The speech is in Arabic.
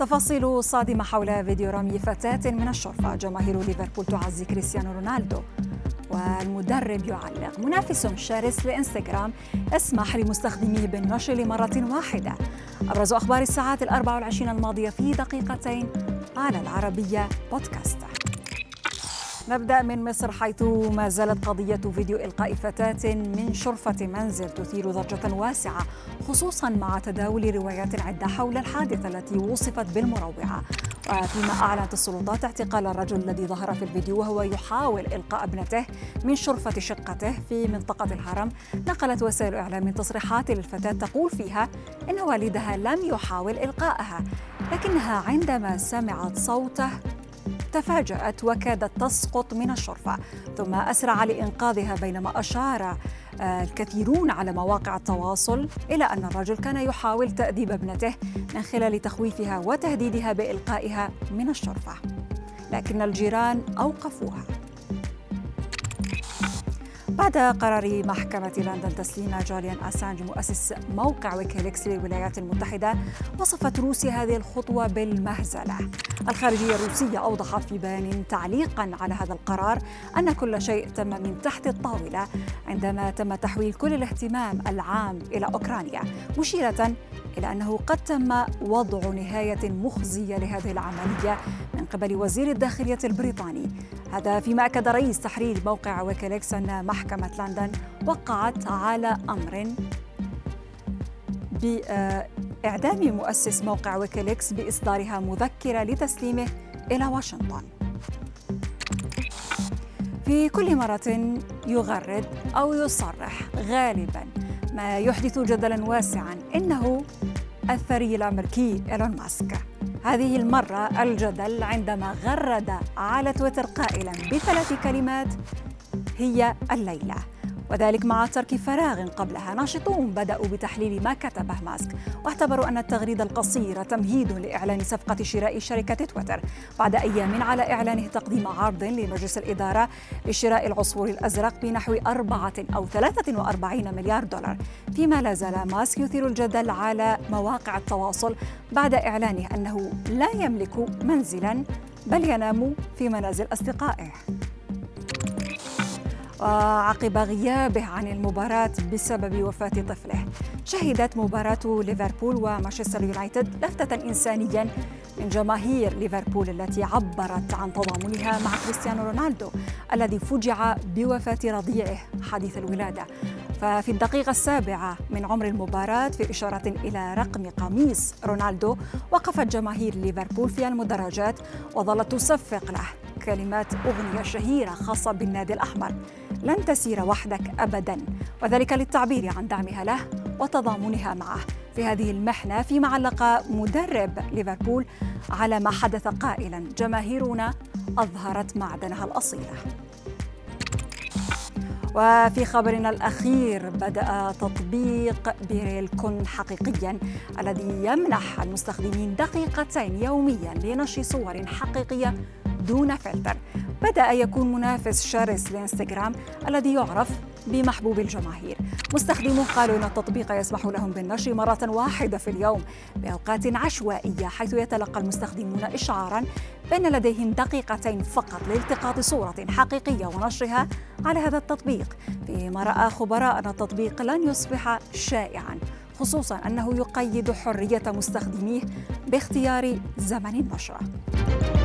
تفاصيل صادمة حول فيديو رمي فتاة من الشرفة. جماهير ليفربول تعزي كريستيانو رونالدو، والمدرب يعلق: منافس شرس لإنستغرام يسمح لمستخدميه بالنشر لمرة واحدة. أبرز أخبار الساعات 24 الماضية في دقيقتين على العربية بودكاست. نبدأ من مصر، حيث ما زالت قضية فيديو إلقاء فتاة من شرفة منزل تثير ضجة واسعة، خصوصاً مع تداول روايات عدة حول الحادثة التي وصفت بالمروعة. وفيما أعلنت السلطات اعتقال الرجل الذي ظهر في الفيديو وهو يحاول إلقاء ابنته من شرفة شقته في منطقة الهرم، نقلت وسائل إعلام تصريحات للفتاة تقول فيها إن والدها لم يحاول إلقائها، لكنها عندما سمعت صوته تفاجأت وكادت تسقط من الشرفة، ثم أسرع لإنقاذها، بينما أشار الكثيرون على مواقع التواصل إلى أن الرجل كان يحاول تأديب ابنته من خلال تخويفها وتهديدها بإلقائها من الشرفة، لكن الجيران أوقفوها. بعد قرار محكمة لندن تسليم جوليان أسانج مؤسس موقع ويكيليكس للولايات المتحدة، وصفت روسيا هذه الخطوة بالمهزلة. الخارجية الروسية أوضحت في بيان تعليقاً على هذا القرار أن كل شيء تم من تحت الطاولة عندما تم تحويل كل الاهتمام العام إلى أوكرانيا، مشيرة إلى أنه قد تم وضع نهاية مخزية لهذه العملية من قبل وزير الداخلية البريطاني. هذا فيما أكد رئيس تحرير موقع ويكيليكس أن محكمة لندن وقعت على أمر بإعدام مؤسس موقع ويكيليكس بإصدارها مذكرة لتسليمه إلى واشنطن. في كل مرة يغرد أو يصرح غالباً ما يحدث جدلاً واسعاً إنه الثري الأمريكي إيلون ماسك. هذه المرة الجدل عندما غرد على تويتر قائلاً ب3 كلمات: هي الليلة، وذلك مع ترك فراغ قبلها. ناشطون بدأوا بتحليل ما كتبه ماسك، واعتبروا أن التغريدة القصيرة تمهيد لإعلان صفقة شراء شركة تويتر، بعد أيام على إعلانه تقديم عرض لمجلس الإدارة لشراء العصفور الأزرق بنحو 4 أو 43 مليار دولار. فيما لا زال ماسك يثير الجدل على مواقع التواصل بعد إعلانه أنه لا يملك منزلاً، بل ينام في منازل أصدقائه. وعقب غيابه عن المباراة بسبب وفاة طفله، شهدت مباراة ليفربول ومانشستر يونايتد لفتة إنسانيا من جماهير ليفربول التي عبرت عن تضامنها مع كريستيانو رونالدو الذي فجع بوفاة رضيعه حديث الولادة. ففي الدقيقة 7 من عمر المباراة، في إشارة إلى رقم قميص رونالدو، وقفت جماهير ليفربول في المدرجات وظلت تصفق له كلمات أغنية شهيرة خاصة بالنادي الأحمر: لن تسير وحدك أبداً، وذلك للتعبير عن دعمها له وتضامنها معه في هذه المحنة. فيما علق مدرب ليفربول على ما حدث قائلاً: جماهيرنا أظهرت معدنها الأصيلة. وفي خبرنا الأخير، بدأ تطبيق بيريل كن حقيقياً الذي يمنح المستخدمين دقيقتين يومياً لنشر صور حقيقية دون فلتر. بدأ يكون منافس شرس لإنستغرام الذي يعرف بمحبوب الجماهير. مستخدموه قالوا إن التطبيق يسمح لهم بالنشر مرة واحدة في اليوم بأوقات عشوائية، حيث يتلقى المستخدمون إشعاراً بأن لديهم دقيقتين فقط لالتقاط صورة حقيقية ونشرها على هذا التطبيق. فيما رأى خبراء أن التطبيق لن يصبح شائعاً، خصوصاً أنه يقيد حرية مستخدميه باختيار زمن النشر.